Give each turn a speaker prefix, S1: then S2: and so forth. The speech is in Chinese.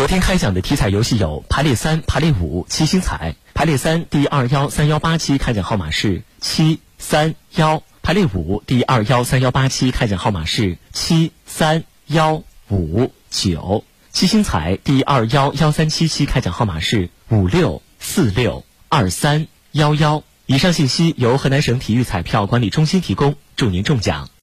S1: 昨天开奖的体彩游戏有排列3、排列5、七星彩。排列3第213187期开奖号码是731，排列5第213187开奖号码是73159，七星彩第21137期开奖号码是56462311。以上信息由河南省体育彩票管理中心提供，祝您中奖。